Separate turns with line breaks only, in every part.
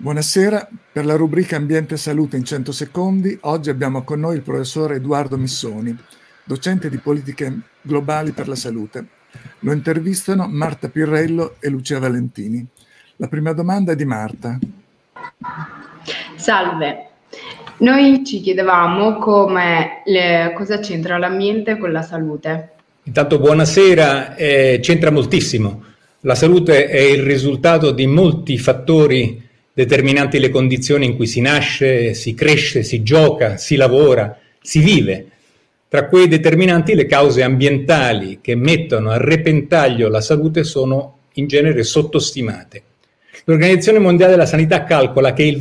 Buonasera, per la rubrica Ambiente e Salute in 100 secondi, oggi abbiamo con noi il professor Edoardo Missoni, docente di politiche globali per la salute. Lo intervistano Marta Pirrello e Lucia Valentini. La prima domanda è di Marta.
Salve, noi ci chiedevamo cosa c'entra l'ambiente con la salute.
Intanto buonasera, c'entra moltissimo. La salute è il risultato di molti fattori determinanti le condizioni in cui si nasce, si cresce, si gioca, si lavora, si vive. Tra quei determinanti le cause ambientali che mettono a repentaglio la salute sono in genere sottostimate. L'Organizzazione Mondiale della Sanità calcola che il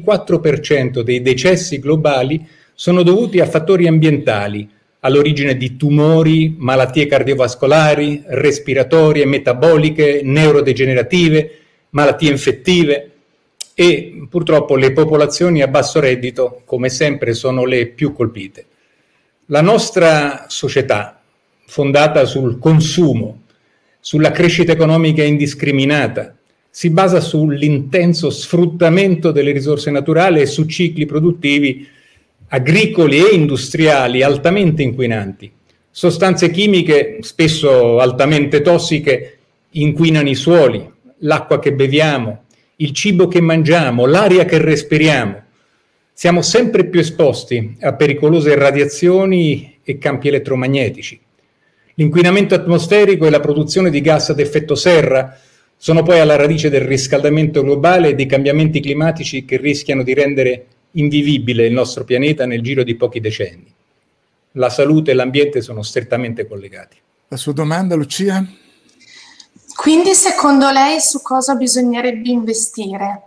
24% dei decessi globali sono dovuti a fattori ambientali, all'origine di tumori, malattie cardiovascolari, respiratorie, metaboliche, neurodegenerative, malattie infettive. E purtroppo le popolazioni a basso reddito, come sempre, sono le più colpite. La nostra società, fondata sul consumo, sulla crescita economica indiscriminata, si basa sull'intenso sfruttamento delle risorse naturali e su cicli produttivi agricoli e industriali altamente inquinanti. Sostanze chimiche, spesso altamente tossiche, inquinano i suoli, l'acqua che beviamo, il cibo che mangiamo, l'aria che respiriamo. Siamo sempre più esposti a pericolose radiazioni e campi elettromagnetici. L'inquinamento atmosferico e la produzione di gas ad effetto serra sono poi alla radice del riscaldamento globale e dei cambiamenti climatici che rischiano di rendere invivibile il nostro pianeta nel giro di pochi decenni. La salute e l'ambiente sono strettamente collegati.
La sua domanda, Lucia?
Quindi secondo lei su cosa bisognerebbe investire?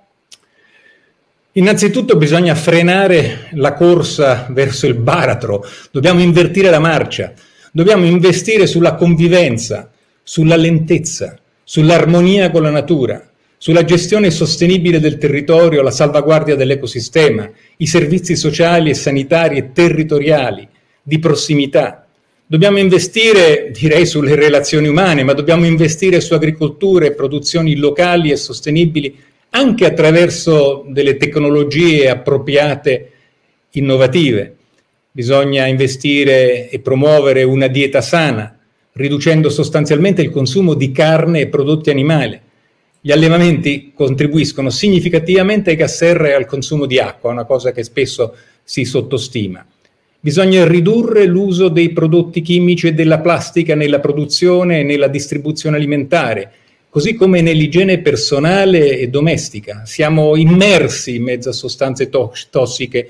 Innanzitutto bisogna frenare la corsa verso il baratro, dobbiamo invertire la marcia, dobbiamo investire sulla convivenza, sulla lentezza, sull'armonia con la natura, sulla gestione sostenibile del territorio, la salvaguardia dell'ecosistema, i servizi sociali e sanitari e territoriali, di prossimità. Dobbiamo investire, direi, sulle relazioni umane, ma dobbiamo investire su agricoltura e produzioni locali e sostenibili anche attraverso delle tecnologie appropriate, innovative. Bisogna investire e promuovere una dieta sana, riducendo sostanzialmente il consumo di carne e prodotti animali. Gli allevamenti contribuiscono significativamente ai gas serra e al consumo di acqua, una cosa che spesso si sottostima. Bisogna ridurre l'uso dei prodotti chimici e della plastica nella produzione e nella distribuzione alimentare, così come nell'igiene personale e domestica. Siamo immersi in mezzo a sostanze tossiche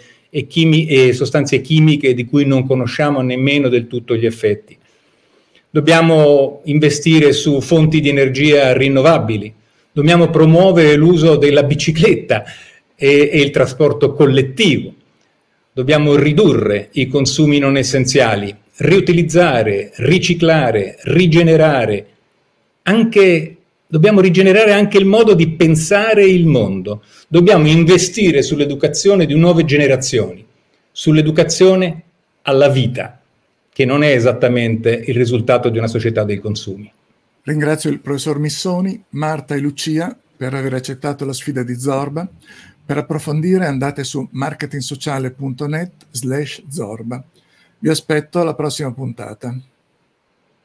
e sostanze chimiche di cui non conosciamo nemmeno del tutto gli effetti. Dobbiamo investire su fonti di energia rinnovabili, dobbiamo promuovere l'uso della bicicletta e il trasporto collettivo. Dobbiamo ridurre i consumi non essenziali, riutilizzare, riciclare, rigenerare. Dobbiamo rigenerare anche il modo di pensare il mondo. Dobbiamo investire sull'educazione di nuove generazioni, sull'educazione alla vita, che non è esattamente il risultato di una società dei consumi.
Ringrazio il professor Missoni, Marta e Lucia per aver accettato la sfida di Zorba. Per approfondire andate su marketingsociale.net/Zorba. Vi aspetto alla prossima puntata.